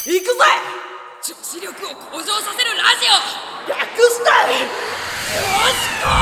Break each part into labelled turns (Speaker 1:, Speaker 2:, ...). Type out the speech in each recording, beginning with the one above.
Speaker 1: 行くぜ。
Speaker 2: 女子力を向上させるラジオ、
Speaker 1: 略して
Speaker 2: よしこ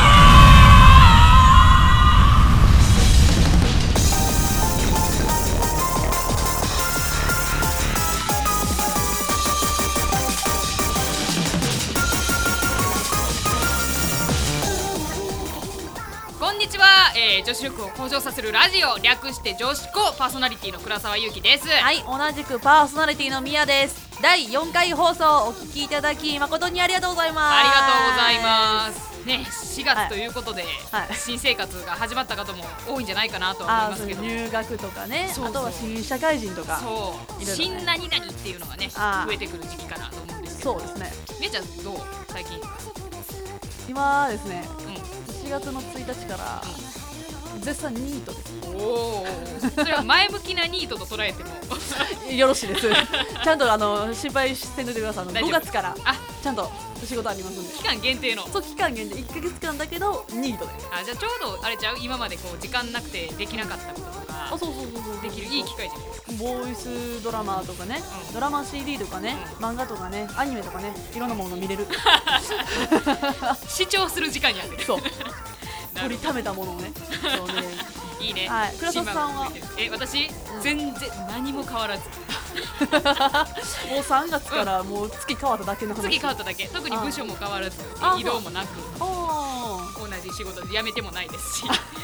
Speaker 2: こんにちは、女子力を向上させるラジオ、略して女子校、パーソナリティの倉沢祐希です。
Speaker 1: はい、同じくパーソナリティのみやです。第4回放送お聞きいただき誠にありがとうございます。
Speaker 2: ありがとうございますね。4月ということで、
Speaker 1: はい
Speaker 2: 新生活が始まった方も多いんじゃないかなとは思いますけど、
Speaker 1: 入学とかね、
Speaker 2: そうそう
Speaker 1: あとは新社会人とか。
Speaker 2: そう、
Speaker 1: いろいろね
Speaker 2: 新何々っていうのがね
Speaker 1: あー
Speaker 2: 増えてくる時期かなと思うんですけど、
Speaker 1: そうですね。
Speaker 2: めいちゃんどう最近？
Speaker 1: 今ですね、
Speaker 2: う
Speaker 1: 4月の1日から絶賛ニートです。
Speaker 2: ん、おお、それは前向きなニートと捉えても
Speaker 1: よろしいです。ちゃんと心配してんといてください。
Speaker 2: 大丈夫
Speaker 1: 5月から
Speaker 2: あ、
Speaker 1: ちゃんと仕事ありますんで。
Speaker 2: 期間限定の。
Speaker 1: そう、期間限定1ヶ月間だけどニートです。
Speaker 2: あ、じゃあちょうどあれちゃう、今までこう時間なくてできなかったこととか
Speaker 1: そうそう
Speaker 2: できるいい機会じゃないですか。
Speaker 1: ボーイスドラマとかね、
Speaker 2: うん
Speaker 1: ドラマ CD とかね、漫画とかね、アニメとかね、いろんなものが見れる。
Speaker 2: 視聴する時間にあってる。
Speaker 1: そう、
Speaker 2: なるほ
Speaker 1: 取りためたものをね。そうね。
Speaker 2: ど、いいね。
Speaker 1: はい倉田さんは
Speaker 2: 私、全然何も変わらず、
Speaker 1: もう3月からもう月変わっただけの話。
Speaker 2: 次変わっただけ、特に部署も変わらず、
Speaker 1: あ
Speaker 2: 移動もなく、
Speaker 1: お
Speaker 2: 同じ仕事で辞めてもないですし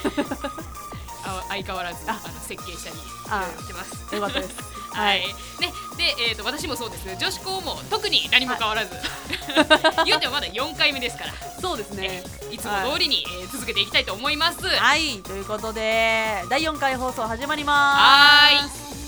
Speaker 2: 相変わらず設計したりいろいろしてます。
Speaker 1: ー、よかったです。
Speaker 2: はいね、で、私もそうです。女子校も特に何も変わらず、言うてもまだ4回目ですから、
Speaker 1: そうですね。
Speaker 2: いつも通りに、続けていきたいと思います。
Speaker 1: はい、ということで第4回放送始まりま
Speaker 2: はーい。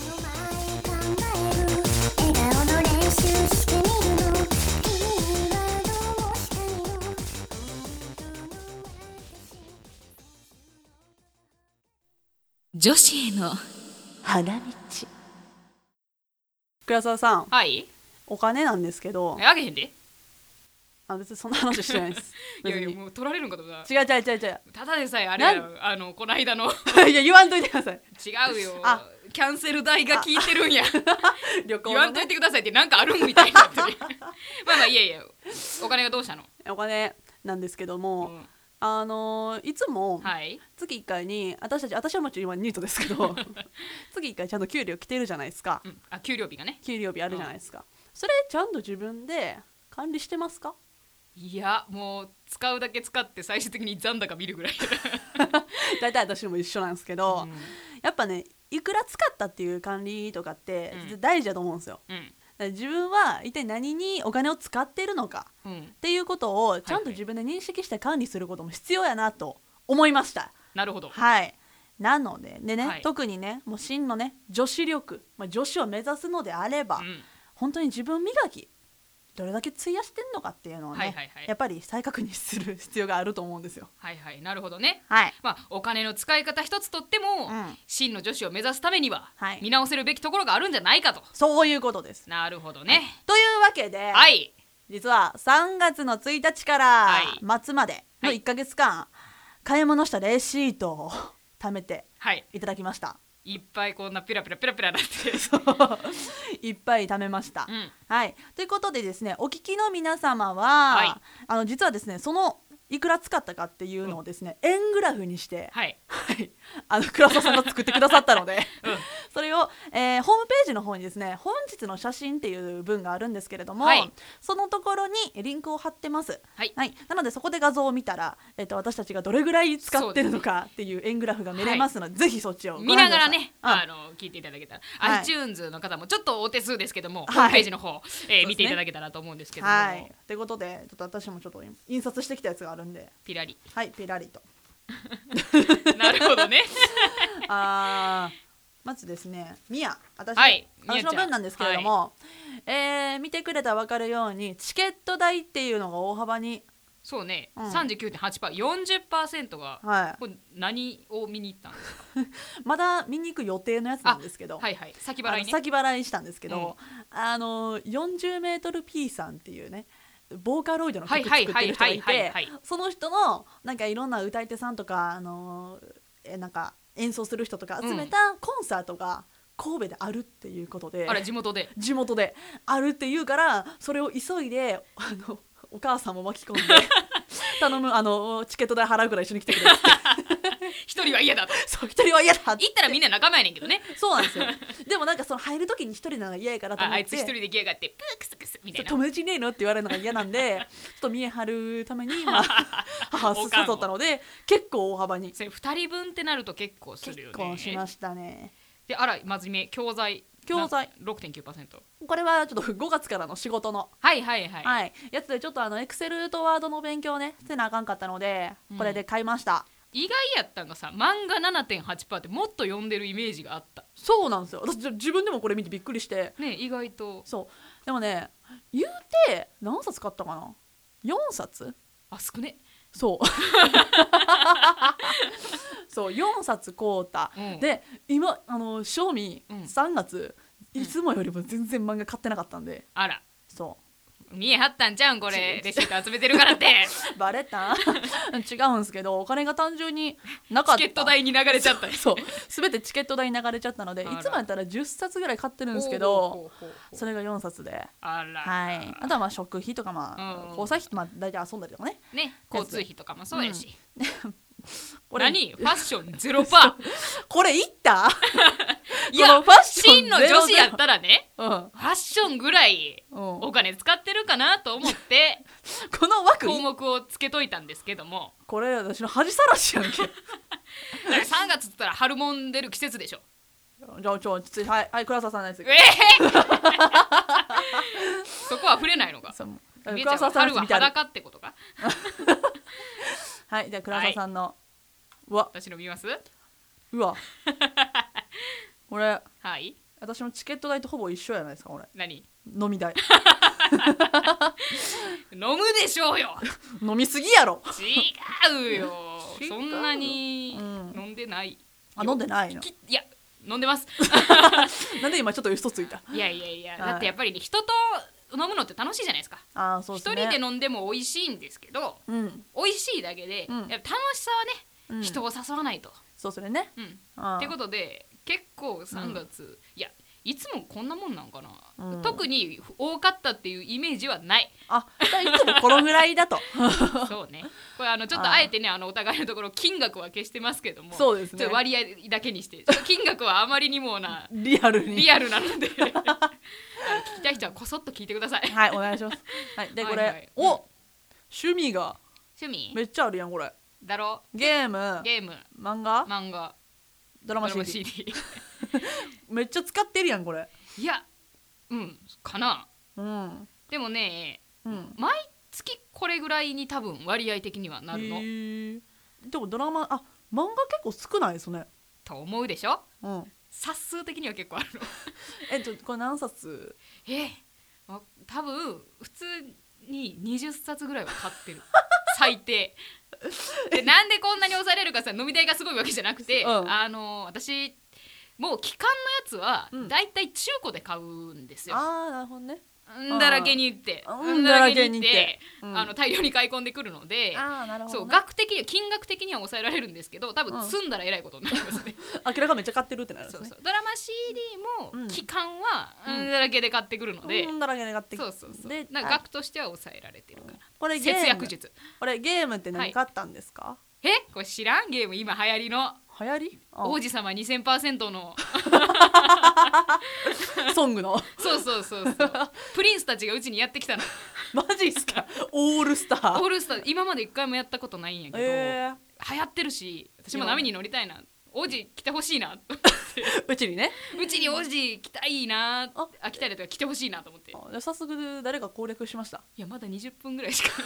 Speaker 2: 女子への
Speaker 1: す。花道。倉沢さん、
Speaker 2: はい
Speaker 1: お金なんですけど、
Speaker 2: あげへんで。
Speaker 1: 別にそんな話してないです。
Speaker 2: いやいや、
Speaker 1: 別に
Speaker 2: もう取られるんかとか。
Speaker 1: 違う。
Speaker 2: ただでさえあれやろ、この間の
Speaker 1: いや、言わんといてください。
Speaker 2: 違うよ、
Speaker 1: あ
Speaker 2: キャンセル代が効いてるんや。
Speaker 1: 旅行
Speaker 2: 言わ
Speaker 1: のね、
Speaker 2: んといてくださいってなんかあるんみたいになってる。まあまあ、いやいや、お金がどうしたの？
Speaker 1: お金なんですけども、
Speaker 2: うん
Speaker 1: いつも
Speaker 2: はい
Speaker 1: 月1回に私はもちろん今ニートですけど月1回ちゃんと給料来てるじゃないですか。
Speaker 2: うん、あ、給料日がね。
Speaker 1: 給料日あるじゃないですか。それちゃんと自分で管理してますか？
Speaker 2: いや、もう使うだけ使って最終的に残高見るぐらい。
Speaker 1: 大体私も一緒なんですけど、
Speaker 2: うん
Speaker 1: やっぱね、いくら使ったっていう管理とかって
Speaker 2: うん
Speaker 1: 大事だと思うんですよ。
Speaker 2: うん
Speaker 1: だから自分は一体何にお金を使っているのか
Speaker 2: うん、
Speaker 1: っていうことをちゃんと自分で認識して管理することも必要やなと思いました。
Speaker 2: なるほど。
Speaker 1: はい。なのでね、
Speaker 2: はい
Speaker 1: 特にね、もう真のね、女子力、女子を目指すのであれば、
Speaker 2: うん
Speaker 1: 本当に自分磨き、どれだけ費やしてんのかっていうのをね、
Speaker 2: はいはいはい
Speaker 1: やっぱり再確認する必要があると思うんですよ。
Speaker 2: はいはい、なるほどね。
Speaker 1: はい。
Speaker 2: まあ、お金の使い方一つとっても、
Speaker 1: うん
Speaker 2: 真の女子を目指すためには、
Speaker 1: はい
Speaker 2: 見直せるべきところがあるんじゃないかと。
Speaker 1: そういうことです。
Speaker 2: なるほどね。
Speaker 1: というわけで、
Speaker 2: はい
Speaker 1: 実は3月の1日か
Speaker 2: はい
Speaker 1: ら末までの1ヶ月間、買い物したレシートを貯めて
Speaker 2: はい、
Speaker 1: いただきました。
Speaker 2: いっぱいこんなピラピラピラピラなって
Speaker 1: いっぱい貯めました。
Speaker 2: うん
Speaker 1: はい。ということでですね、お聞きの皆様は、
Speaker 2: はい
Speaker 1: 実はですね、そのいくら使ったかっていうのをですね、円グラフにして、
Speaker 2: はい
Speaker 1: はい、倉沢さんが作ってくださったので、
Speaker 2: うん
Speaker 1: それを、ホームページの方にですね、本日の写真っていう文があるんですけれども、
Speaker 2: はい
Speaker 1: そのところにリンクを貼ってます。
Speaker 2: はい
Speaker 1: なのでそこで画像を見たら、私たちがどれぐらい使ってるのかっていう円グラフが見れますので、ぜひそっちをご
Speaker 2: 見
Speaker 1: 覧ください。
Speaker 2: ながらね、
Speaker 1: うん
Speaker 2: 聞いていただけたら、
Speaker 1: はい
Speaker 2: iTunes の方もちょっとお手数ですけども、
Speaker 1: はい
Speaker 2: ホームページの方、
Speaker 1: すね
Speaker 2: 見ていただけたらと思うんですけども、
Speaker 1: はい。ということで、ちょっと私もちょっと印刷してきたやつがあるんで、
Speaker 2: ピラリ
Speaker 1: はい、ペラリと。
Speaker 2: なるほどね。
Speaker 1: まずですね、ミヤ、
Speaker 2: はいミヤちゃん
Speaker 1: 私の分なんですけれども、見てくれたら分かるようにチケット代っていうのが大幅に、
Speaker 2: そうね、
Speaker 1: うん
Speaker 2: 39.8%、40% が、
Speaker 1: はい、
Speaker 2: これ何を見に行ったんですか？
Speaker 1: まだ見に行く予定のやつなんですけど、
Speaker 2: はいはい、先払いね。
Speaker 1: 先払いしたんですけど、40メートル P さんっていうね、ボーカロイドの曲作ってる人がいて、その人のなんかいろんな歌い手さんとか、なんか演奏する人とか集めたコンサートが神戸であるっていうことで、
Speaker 2: あら地元で
Speaker 1: あるっていうから、それを急いでお母さんも巻き込んで頼む、チケット代払うから一緒に来てくれって
Speaker 2: 一人は嫌だと。
Speaker 1: そう、一人は嫌だって。
Speaker 2: 行ったらみんな仲間やねんけどね。
Speaker 1: そうなんですよ。でもなんかその入る時に一人なのが嫌やからと思って、
Speaker 2: あいつ一人で来やがってプークスクスみたいな、
Speaker 1: 友達いねえのって言われるのが嫌なんでちょっと見え張るために、まあ、母を誘ったので結構大幅に。
Speaker 2: それ2人分ってなると結構するよね。
Speaker 1: 結構しましたね。
Speaker 2: で、あら真面目教材 6.9%。
Speaker 1: これはちょっと5月からの仕事の
Speaker 2: はいはいはい、
Speaker 1: はい、やつでちょっとエクセルとワードの勉強ねせなあかんかったので、これで買いました。
Speaker 2: 意外やったんがさ、漫画 7.8% ってもっと読んでるイメージがあった。
Speaker 1: そうなんですよ。私自分でもこれ見てびっくりして
Speaker 2: ね、意外と。
Speaker 1: そうでもね、言うて何冊買ったかな、4冊。
Speaker 2: あ、少ね。
Speaker 1: そうそう4冊買うた、で今賞味3月、いつもよりも全然漫画買ってなかったんで、
Speaker 2: あら、
Speaker 1: そう
Speaker 2: 見えはったんじゃんこれ、レシート集めてるからって
Speaker 1: バレた違うんですけど、お金が単純になかった。
Speaker 2: チケット代に流れちゃった。
Speaker 1: そう全てチケット代に流れちゃったので、いつもやったら10冊ぐらい買ってるんですけど、それが4冊で、
Speaker 2: あら、
Speaker 1: はい、あとはまあ食費とか、まあ交際費と、まあ大体遊んだりとかね、
Speaker 2: 交通費とかもそうやし、
Speaker 1: これ
Speaker 2: 何ファッション 0%
Speaker 1: これいった
Speaker 2: いや、
Speaker 1: ファッション
Speaker 2: 真の女子やったらね、
Speaker 1: うん、
Speaker 2: ファッションぐらいお金使ってるかなと思って
Speaker 1: この枠
Speaker 2: 項目をつけといたんですけども、
Speaker 1: これ私の恥さらしやんけ
Speaker 2: だから3月っつったら春もんでる季節でしょ。
Speaker 1: じゃあはい倉沢さんのやつ、
Speaker 2: そこは触れないのか。みえちゃんは春は裸ってことか
Speaker 1: はい、じゃあ倉沢さんの、うわ、
Speaker 2: 私の見ます。
Speaker 1: うわこれ、
Speaker 2: はい、
Speaker 1: 私のチケット代とほぼ一緒じゃないですか。これ
Speaker 2: 何、
Speaker 1: 飲み代
Speaker 2: 飲むでしょうよ
Speaker 1: 飲みすぎやろ
Speaker 2: 違うよそんなに飲んでない、
Speaker 1: 飲んでないの。
Speaker 2: いや飲んでます
Speaker 1: なんで今ちょっと嘘ついた。
Speaker 2: いや、だってやっぱりね、人と飲むのって楽しいじゃないですか。
Speaker 1: そうですね、
Speaker 2: 一人で飲んでも美味しいんですけど、美味しいだけで、やっぱ楽しさはね、人を誘わないと。
Speaker 1: そうそれね、
Speaker 2: ってことで結構3月、いやいつもこんなもんなんかな、特に多かったっていうイメージはない。
Speaker 1: いつもこのぐらいだと
Speaker 2: そうね、これちょっとあえてね、お互いのところ金額は消してますけども、
Speaker 1: そうですね、
Speaker 2: ちょっと割合だけにして、ちょっと金額はあまりにもな
Speaker 1: リアルな
Speaker 2: ので聞きたい人はこそっと聞いてください。
Speaker 1: はい、お願いします。はい、でこれ、趣味がめっちゃあるやんこれ。
Speaker 2: だろ。
Speaker 1: ゲーム、漫画、ドラマ CD めっちゃ使ってるやんこれ。
Speaker 2: いや、かな。でもね、毎月これぐらいに多分割合的にはなるの。
Speaker 1: でもドラマ、漫画結構少ないですね。
Speaker 2: と思うでしょ。冊数的には結構あるの。
Speaker 1: これ何冊？
Speaker 2: 多分普通に20冊ぐらいは買ってる最低で。なんでこんなに抑えれるかさ、飲み代がすごいわけじゃなくて、私もう期間のやつはだいたい中古で買うんですよ。
Speaker 1: なるほどね。
Speaker 2: だらけに行って大量に買い込んでくるので、そう金額的には抑えられるんですけど、多分積んだらえらいことになりますね。
Speaker 1: 明らかめっちゃ買ってるってなるんですね。
Speaker 2: ドラマ CD も期間はだらけで買ってくるので、
Speaker 1: だらけで買ってくる。
Speaker 2: で額としては抑えられてるから。
Speaker 1: これ
Speaker 2: 節約術。
Speaker 1: これゲームって何買ったんですか？
Speaker 2: これ知らん？ゲーム今流行りの。
Speaker 1: 流行り？
Speaker 2: 王子様 2000% の
Speaker 1: ソングの
Speaker 2: そうプリンスたちがうちにやってきたの。
Speaker 1: マジっすか？オールスター
Speaker 2: 今まで一回もやったことないんやけど、流行ってるし、私も波に乗りたいな、王子来てほしいな
Speaker 1: うちにね、
Speaker 2: うちに王子来たいな、来たりとか来てほしいなと思って。
Speaker 1: 早速誰か攻略しました？
Speaker 2: いやまだ20分ぐらいしか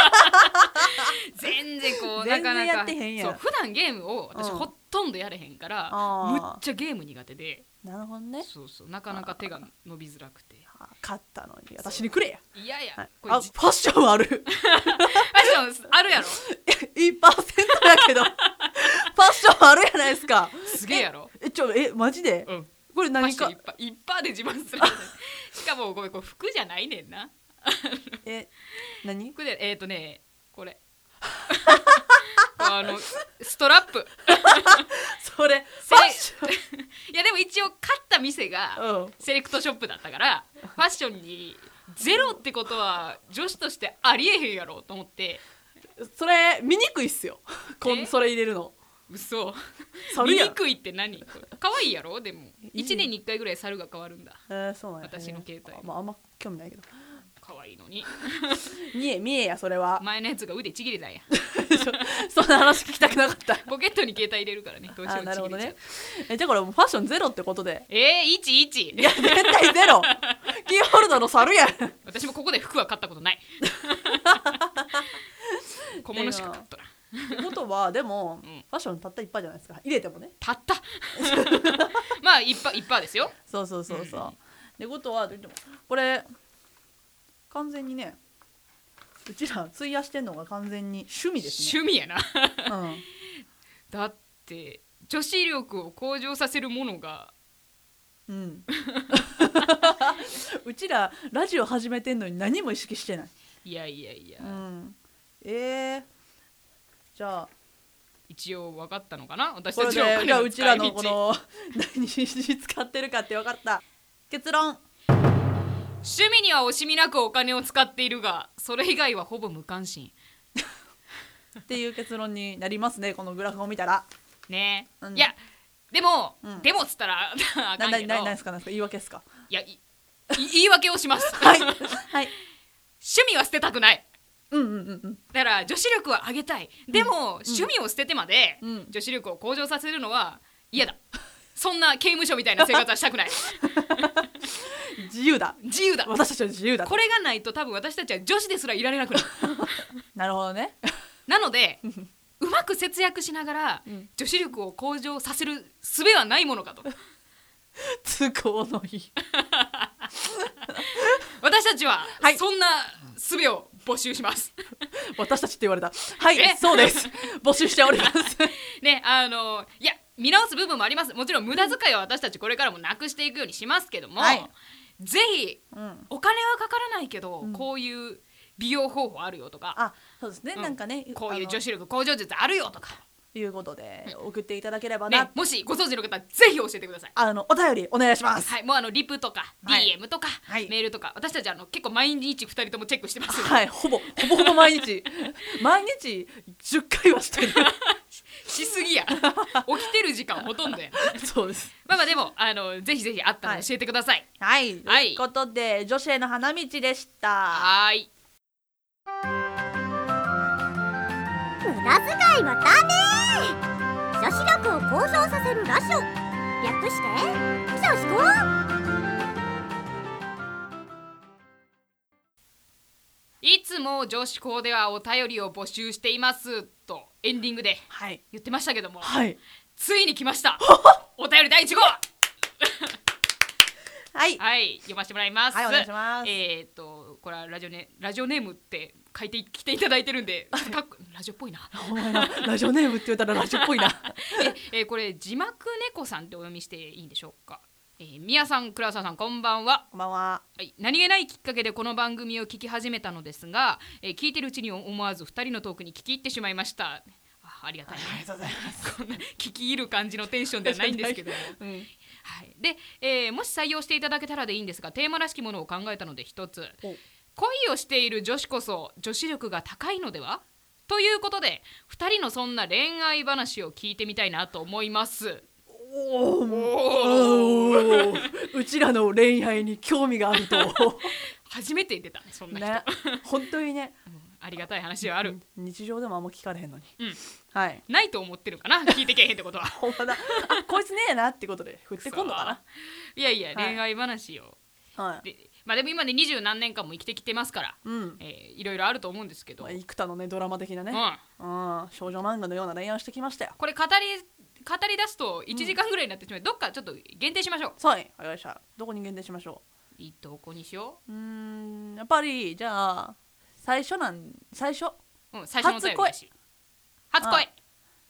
Speaker 2: 全然こうなかなか
Speaker 1: やってへんやん。
Speaker 2: そう、普段ゲームを私ほとんどやれへんから、むっちゃゲーム苦手で。
Speaker 1: なるほどね。
Speaker 2: そうなかなか手が伸びづらくて。
Speaker 1: 勝ったのに私にくれや。
Speaker 2: いや
Speaker 1: ファッションある。ファッ
Speaker 2: ションあるやろ。
Speaker 1: 1%やけどファッションあるやないですか。
Speaker 2: すげえやろ。
Speaker 1: マジで？これ何か
Speaker 2: 1%で自慢する。しかもこれ服じゃないねんな。
Speaker 1: 何？
Speaker 2: 服でこれストラップ
Speaker 1: それ
Speaker 2: いやでも一応買った店がセレクトショップだったから、ファッションにゼロってことは女子としてありえへんやろと思って。
Speaker 1: それ見にくいっすよそれ入れるの。
Speaker 2: 嘘見にくいって何？可愛いやろ。でも1年に1回ぐらい猿が変わるんだ。
Speaker 1: そうなんや、
Speaker 2: 私の携帯、
Speaker 1: あんま興味ないけど
Speaker 2: 可愛いのに
Speaker 1: 見えやそれは。
Speaker 2: 前のやつが腕ちぎれたんや
Speaker 1: そんな話聞きたくなかった
Speaker 2: ポケットに携帯入れるからね、どうしよう。
Speaker 1: なるほどね。じゃあこれファッションゼロってことで。
Speaker 2: 11
Speaker 1: いや絶対ゼロキーホルダーの猿やん
Speaker 2: 私もここで服は買ったことない小物しか買っとらん
Speaker 1: ってことはでも、ファッションたった1%じゃないですか、入れてもね。
Speaker 2: たったまあ1%ですよ。
Speaker 1: そう、ってことはこれ完全にね、うちら費やしてんのが完全に趣味ですね。
Speaker 2: 趣味やな、だって女子力を向上させるものが
Speaker 1: うちらラジオ始めてんのに何も意識してない。
Speaker 2: いや、
Speaker 1: じゃあ
Speaker 2: 一応分かったのかな、私
Speaker 1: た
Speaker 2: ちのお金の使い道。
Speaker 1: うちらのこの何に使ってるかって分かった。結論、
Speaker 2: 趣味には惜しみなくお金を使っているが、それ以外はほぼ無関心
Speaker 1: っていう結論になりますね、このグラフを見たら
Speaker 2: ね。いやでも、でもっつったらあかんけど、
Speaker 1: 何ですか言い訳ですか。
Speaker 2: いや言い訳をします
Speaker 1: はい、
Speaker 2: 趣味は捨てたくない。だから女子力は上げたい。でも、趣味を捨ててまで女子力を向上させるのは嫌だ。そんな刑務所みたいな生活はしたくない
Speaker 1: 自由だ私たちは自由だ。
Speaker 2: これがないと多分私たちは女子ですらいられなくなる
Speaker 1: なるほどね。
Speaker 2: なのでうまく節約しながら女子力を向上させる術はないものかと
Speaker 1: 都合のいい
Speaker 2: 私たちはそんな術を募集します
Speaker 1: 私たちって言われた。はい、そうです募集しております
Speaker 2: ね。いや見直す部分もあります。もちろん無駄遣いは私たちこれからもなくしていくようにしますけども、ぜひ、お金はかからないけど、こういう美容方法あるよとか、
Speaker 1: そうですね、なんかね、
Speaker 2: こういう女子力向上術あるよとか
Speaker 1: いうことで送っていただければな、
Speaker 2: もしご存知の方はぜひ教えてください。
Speaker 1: お便りお願いします。
Speaker 2: もうリプとか DM とか、メールとか、私たち結構毎日2人ともチェックしてますよ。
Speaker 1: ほぼ毎日10回はしてる
Speaker 2: しすぎや起きてる時間ほとんどや
Speaker 1: そうです。
Speaker 2: でもぜひぜひあったら教えてください。
Speaker 1: ということで女子への花道でした。
Speaker 3: 無駄遣いはダメ。女子力を向上させるラジオ、略して女子校。
Speaker 2: いつも女子校ではお便りを募集していますとエンディングで言ってましたけども、ついに来ましたお便り第1号読ませてもらいます。
Speaker 1: お願いします。
Speaker 2: これはラジオネームって書いてきていただいてるんでラジオっぽいな
Speaker 1: ラジオネームって言ったらラジオっぽいな
Speaker 2: これ字幕猫さんってお読みしていいんでしょうか。宮さん、倉沢さん、こんばんは。
Speaker 1: こんばんは。
Speaker 2: 何気ないきっかけでこの番組を聞き始めたのですが、聞いてるうちに思わず2人のトークに聞き入ってしまいました。ありがたいね。
Speaker 1: ありがとうございます。
Speaker 2: こんな聞き入る感じのテンションではないんですけどもで、もし採用していただけたらでいいんですが、テーマらしきものを考えたので一つ、恋をしている女子こそ女子力が高いのではということで、2人のそんな恋愛話を聞いてみたいなと思います。
Speaker 1: うちらの恋愛に興味があると
Speaker 2: 初めて出たね、そんな人、
Speaker 1: 本当にね、
Speaker 2: ありがたい話はある。
Speaker 1: 日常でもあんま聞かれへんのに、
Speaker 2: ないと思ってるかな、聞いてけへんってことは
Speaker 1: ほんまだ、こいつねえなってことで振ってこんのかな。
Speaker 2: いや、恋愛話を、でも今ね20何年間も生きてきてますから、いろいろあると思うんですけど、
Speaker 1: 幾多のねドラマ的なね、少女漫画のような恋愛をしてきましたよ。
Speaker 2: これ語り出すと1時間ぐらいになってしまう、どっかちょっと限定しましょう。
Speaker 1: わかりました。どこに限定しましょ
Speaker 2: う。どこにしよ
Speaker 1: う。やっぱりじゃあ最初、
Speaker 2: 最初のお便りだし、初恋。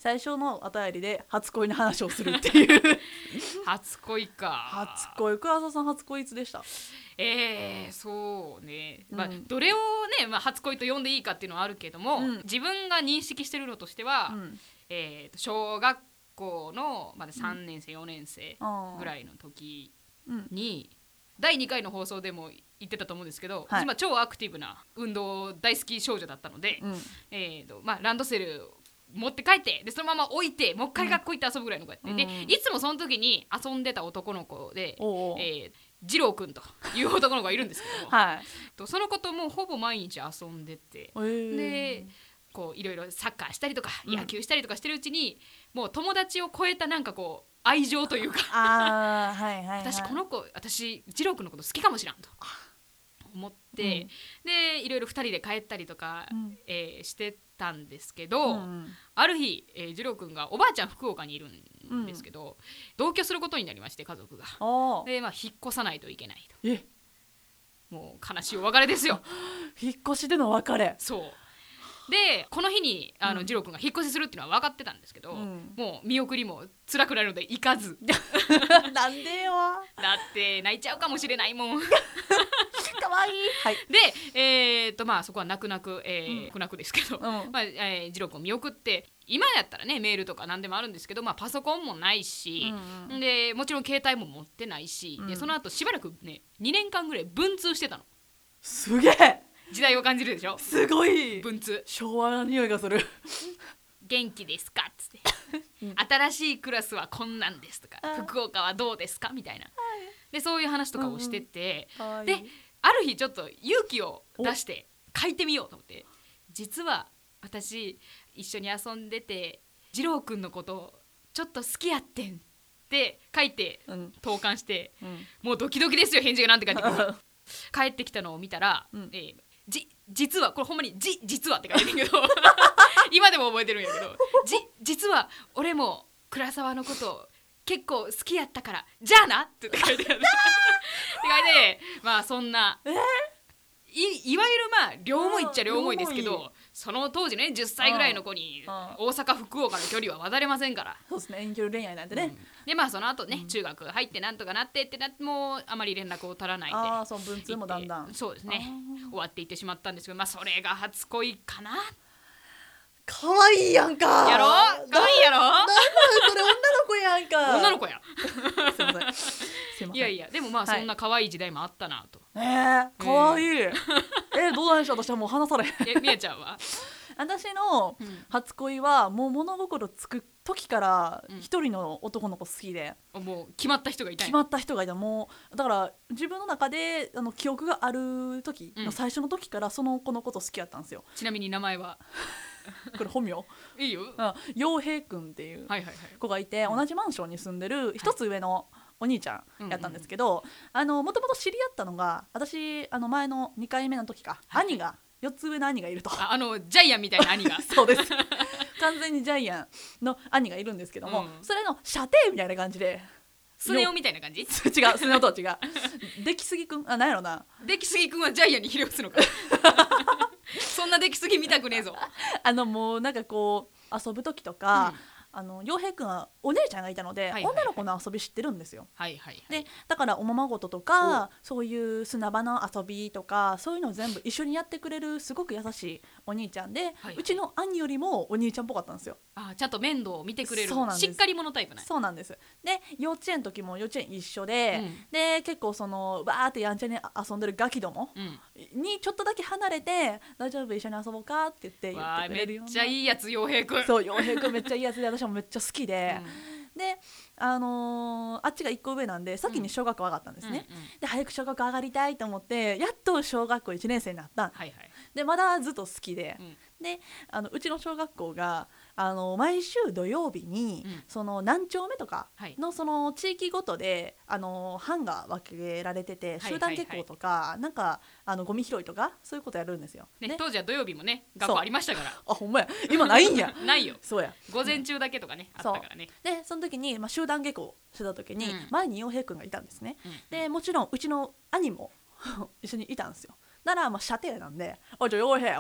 Speaker 1: 最初のお便りで初恋の話をするっていう
Speaker 2: 初恋か。
Speaker 1: 初恋、桑田さん初恋いつでした？
Speaker 2: そうね、どれをね、初恋と呼んでいいかっていうのはあるけども、自分が認識してるのとしては、小学校のまだ3年生、4年生ぐらいの時に、第2回の放送でも言ってたと思うんですけど、私超アクティブな運動大好き少女だったので、ランドセル持って帰って、でそのまま置いてもう一回学校行って遊ぶぐらいの子やって、でいつもその時に遊んでた男の子で、二郎くんという男の子がいるんですけども、その子ともほぼ毎日遊んでて、でこういろいろサッカーしたりとか野球したりとかしてるうちに、もう友達を超えたなんかこう愛情というか私この子、私二郎くんのこと好きかもしらんと思って、でいろいろ2人で帰ったりとか、してたんですけど、ある日、二郎くんがおばあちゃん福岡にいるんですけど、同居することになりまして、家族がで、引っ越さないといけないと。もう悲しいお別れですよ
Speaker 1: 引っ越しでの別れ。
Speaker 2: そうで、この日に二郎くんが引っ越しするっていうのは分かってたんですけど、もう見送りも辛くなるので行かず
Speaker 1: なんでよ
Speaker 2: だって泣いちゃうかもしれないもん
Speaker 1: かわいい、
Speaker 2: で、そこは泣く泣くですけど、二郎くんを見送って、今やったらねメールとか何でもあるんですけど、パソコンもないし、でもちろん携帯も持ってないし、でその後しばらくね2年間ぐらい文通してたの。
Speaker 1: すげえ
Speaker 2: 時代を感じるでしょ。
Speaker 1: すごい
Speaker 2: 文通、
Speaker 1: 昭和の匂いがする
Speaker 2: 元気ですかっつって新しいクラスはこんなんですとか、福岡はどうですかみたいな、でそういう話とかをしてて、である日ちょっと勇気を出して書いてみようと思って、実は私一緒に遊んでて二郎くんのことちょっと好きやってんって書いて投函して、もうドキドキですよ、返事がなんて書いてくる帰ってきたのを見たら、実はこれほんまに実はって書いてるけど今でも覚えてるんやけど、実は俺も倉沢のこと結構好きやったからじゃあなって書いてあるって書いて、そんないわゆる両思いっちゃ両思いですけど、その当時ね10歳ぐらいの子に大阪福岡の距離は渡れませんから。
Speaker 1: そうですね、遠距離恋愛なんてね、
Speaker 2: でその後ね、中学入ってなんとかなってってなって、もうあまり連絡を取らないで、
Speaker 1: そう文通もだんだん
Speaker 2: そうですね終わっていってしまったんですけど、それが初恋かな。
Speaker 1: かわいいやんか。
Speaker 2: やろ、かわいいやろ。
Speaker 1: なんだそれ女の子やんか。
Speaker 2: 女の子や
Speaker 1: すいません
Speaker 2: いやでもそんな可愛い時代もあったなと。
Speaker 1: かわいいどうなんでしょう、私はもう話されへん
Speaker 2: みやちゃんは
Speaker 1: 私の初恋はもう物心つく時から一人の男の子好きで、
Speaker 2: もう決まった人がいた。
Speaker 1: 決まった人がいた。もうだから自分の中で記憶がある時の最初の時からその子のこと好きやったんですよ。
Speaker 2: ちなみに名前は
Speaker 1: これ本名
Speaker 2: いいよ。
Speaker 1: 陽平くんっていう子がいて、同じマンションに住んでる一つ上のお兄ちゃんやったんですけど、もともと知り合ったのが私前の2回目の時か、兄が4つ上の兄がいると、
Speaker 2: ジャイアンみたいな兄が
Speaker 1: そうです完全にジャイアンの兄がいるんですけども、それの射程みたいな感じで、
Speaker 2: スネ夫みたいな感じ違う、
Speaker 1: スネ夫とは違う出来すぎくん、なんやろな、
Speaker 2: 出来すぎくんはジャイアンにひれ伏すのかそんな出来すぎ見たくねえぞ
Speaker 1: もうなんかこう遊ぶ時とか、陽平くんはお姉ちゃんがいたので、女の子の遊び知ってるんですよ。でだからおままごととかそういう砂場の遊びとかそういうのを全部一緒にやってくれるすごく優しいお兄ちゃんで、うちの兄よりもお兄ちゃんっぽかったんですよ。
Speaker 2: ちゃんと面倒を見てくれるしっかり者タイプね。
Speaker 1: そうなんです。で幼稚園の時も幼稚園一緒で、で結構バーってやんちゃに遊んでるガキどもにちょっとだけ離れて、大丈夫一緒に遊ぼうかって言ってくれるような。
Speaker 2: めっちゃいいやつ陽平くん。
Speaker 1: そう陽平くんめっちゃいいやつで、私もめっちゃ好きで、であっちが1個上なんで先に小学校上がったんですね。で早く小学校上がりたいと思ってやっと小学校1年生になったんで、まだずっと好きで、でうちの小学校が毎週土曜日に、その何丁目とかのその地域ごとで班が分けられてて、集団下校とかなんかゴミ拾いとかそういうことやるんですよ、
Speaker 2: 当時は土曜日もね学校ありましたから。
Speaker 1: ほんまや、今ないんや
Speaker 2: ないよ。
Speaker 1: そうや、
Speaker 2: 午前中だけとかね、あったからね。
Speaker 1: でその時に、集団下校してた時に、前に陽平くんがいたんですね。でもちろんうちの兄も一緒にいたんですよ。なら射程なんで、おい陽平お前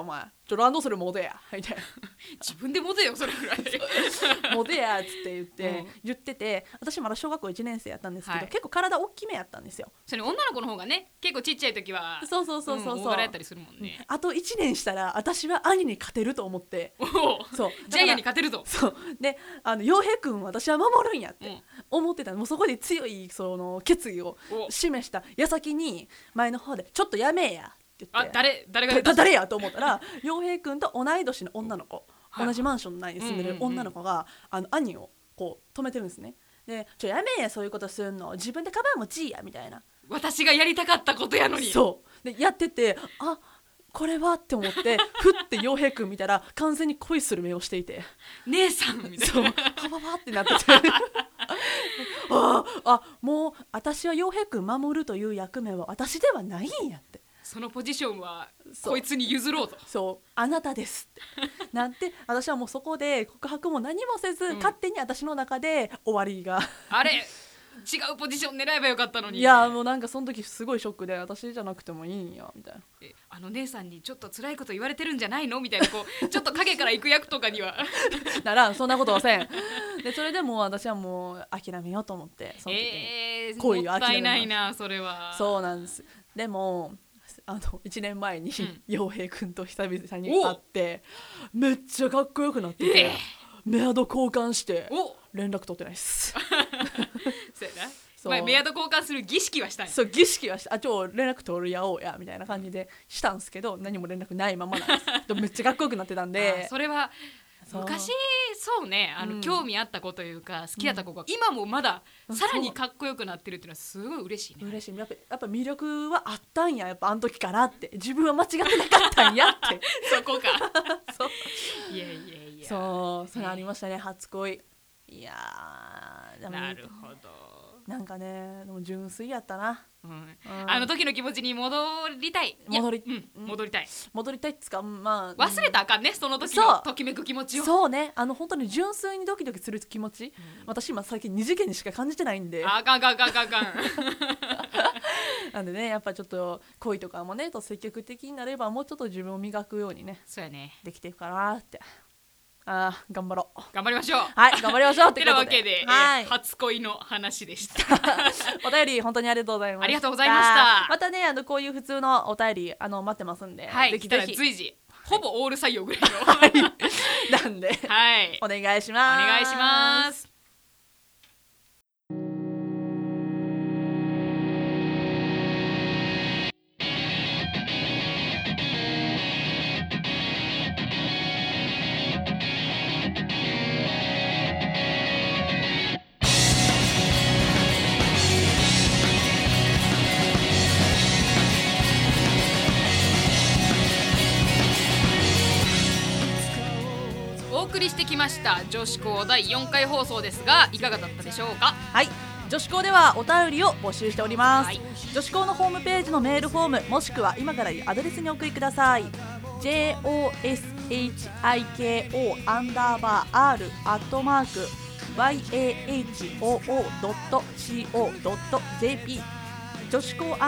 Speaker 1: とランドセル持てやみたいな
Speaker 2: 自分で持てよそれぐらい
Speaker 1: 持てやっつって言ってて、私まだ小学校1年生やったんですけど、結構体大きめやったんですよ。
Speaker 2: それ女の子の方がね結構ちっちゃい時は
Speaker 1: そう
Speaker 2: 大柄やったりするもんね。
Speaker 1: あと1年したら私は兄に勝てると思って、
Speaker 2: そうジャイアンに勝てるぞ。
Speaker 1: そうで陽平くん私は守るんやって思ってた。もうそこで強いその決意を示した矢先に前の方でちょっとやめえやって言って、誰やと思ったら陽平くんと同い年の女の子、同じマンション内に住んでる女の子が兄をこう止めてるんですね。でやめえやそういうことするの、自分でカバン持ちいやみたいな、
Speaker 2: 私がやりたかったことやのに。
Speaker 1: そうでやってて、これはって思ってふって陽平くん見たら完全に恋する目をしていて
Speaker 2: 姉さんみたいな、
Speaker 1: そうパパパってなっててもう私は陽平くん守るという役目は私ではないんやって、
Speaker 2: そのポジションはこいつに譲ろうと、
Speaker 1: そうあなたですってなって私はもうそこで告白も何もせず、勝手に私の中で終わりが
Speaker 2: あれ違うポジション狙えばよかったのに。
Speaker 1: いやもうなんかその時すごいショックで、私じゃなくてもいいんやみたいな、
Speaker 2: 姉さんにちょっと辛いこと言われてるんじゃないのみたいな、こうちょっと影から行く役とかには
Speaker 1: ならそんなことはせんでそれでも私はもう諦めようと思って、その時に恋を諦めました。もったい
Speaker 2: ないなそれは。
Speaker 1: そうなんです。でも1年前に陽平くんと久々に会ってめっちゃかっこよくなってて、メアド交換して連絡取ってないっす
Speaker 2: そうやな、メアド交換する儀式はしたんや。
Speaker 1: そう儀式はした連絡取り合おうやみたいな感じでしたんですけど、何も連絡ないままなんですでもめっちゃかっこよくなってたんで
Speaker 2: それは昔そうね興味あった子というか好きだった子が、今もまださらにかっこよくなってるっていうのはすごい嬉しいね。
Speaker 1: 嬉しい。やっぱ魅力はあったんや、やっぱあの時からって、自分は間違ってなかったんやって
Speaker 2: そこか
Speaker 1: そう
Speaker 2: いや
Speaker 1: それありましたね、初恋。いや
Speaker 2: なるほど。
Speaker 1: なんかねでも純粋やったな、
Speaker 2: あの時の気持ちに戻りたい。戻りたい
Speaker 1: っつか、忘
Speaker 2: れたらあかんね、その時のときめく気持ちを。
Speaker 1: そうね、本当に純粋にドキドキする気持ち、私今最近2次元にしか感じてないんで、
Speaker 2: あかん
Speaker 1: なんでね、やっぱちょっと恋とかもね積極的になればもうちょっと自分を磨くようにね、
Speaker 2: そうやね、
Speaker 1: できていくかなって。頑張り
Speaker 2: ましょう。
Speaker 1: はい頑張りましょうって
Speaker 2: なわけで、初恋の話でした
Speaker 1: お便り本当にありがとうございました。
Speaker 2: ありがとうございました。
Speaker 1: またねこういう普通のお便り待ってますんで、
Speaker 2: ぜひ随時ほぼオール採用ぐらいの
Speaker 1: なんで、お願いします。
Speaker 2: お送りしてきました女子校第4回放送ですが、いかがだったでしょうか。
Speaker 1: はい、女子校ではお便りを募集しております、女子校のホームページのメールフォームもしくは今から言うアドレスにお送りください。 joshiko_yahoo.co.jp 女子校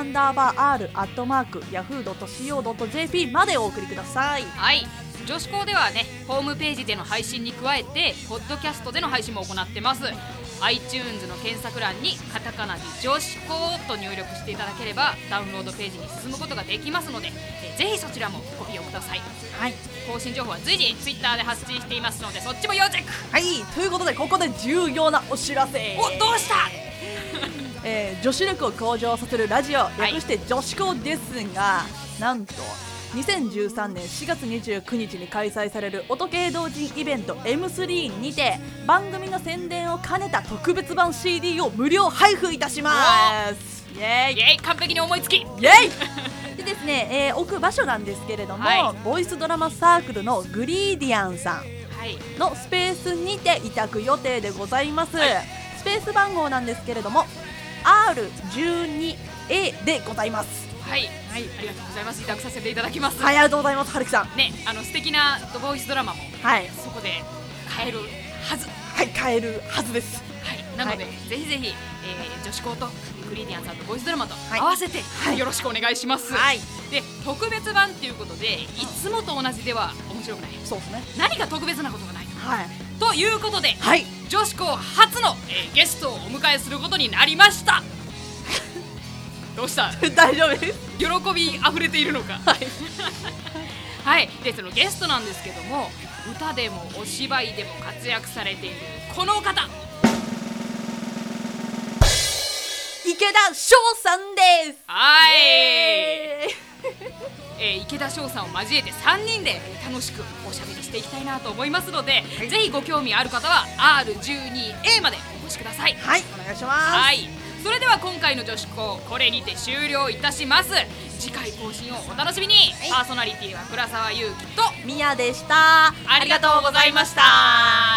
Speaker 1: _r@yahoo.co.jp までお送りください。
Speaker 2: はい、女子校ではね、ホームページでの配信に加えてポッドキャストでの配信も行ってます。 iTunes の検索欄にカタカナで女子校と入力していただければダウンロードページに進むことができますので、ぜひそちらもご利用ください。
Speaker 1: はい、
Speaker 2: 更新情報は随時 Twitter で発信していますので、そっちも要チェック。
Speaker 1: はい、ということでここで重要なお知らせ。
Speaker 2: どうした
Speaker 1: 女子力を向上させるラジオ、略して女子校ですが、なんと2013年4月29日に開催される音系同人イベント M3 にて番組の宣伝を兼ねた特別版 CD を無料配布いたします。イエーイ、
Speaker 2: 完璧に思いつき。イエ
Speaker 1: ーイでですね、置く場所なんですけれども、ボイスドラマサークルのグリーディアンさんのスペースにて委託予定でございます。スペース番号なんですけれども R12A でございます。
Speaker 2: はい、ありがとうございます。委託させていただきます。
Speaker 1: はい、ありがとうございます。春樹さん
Speaker 2: ね、素敵なボイスドラマも、そこで買えるはず。
Speaker 1: はい、買えるはずです。
Speaker 2: はい、なので、ぜひぜひ、女子校とクリディアンさんとボイスドラマと合わせてよろしくお願いします、
Speaker 1: はい、
Speaker 2: で特別版っていうことでいつもと同じでは面白くない。
Speaker 1: そうですね。
Speaker 2: 何か特別なことがない、
Speaker 1: はい、
Speaker 2: ということで、
Speaker 1: はい、
Speaker 2: 女子校初の、ゲストをお迎えすることになりましたどうした
Speaker 1: 大丈夫です。
Speaker 2: 喜びあふれているのかはい、はい、でそのゲストなんですけども、歌でもお芝居でも活躍されているこの方、
Speaker 1: 池田翔さんです。
Speaker 2: はい、池田翔さんを交えて3人で楽しくおしゃべりしていきたいなと思いますので、はい、ぜひご興味ある方は R12A までお越しください。
Speaker 1: はい、お願いします。
Speaker 2: はい、それでは今回の女子校これにて終了いたします。次回更新をお楽しみに、はい、パーソナリティは倉沢優希と
Speaker 1: 宮でした。
Speaker 2: ありがとうございました。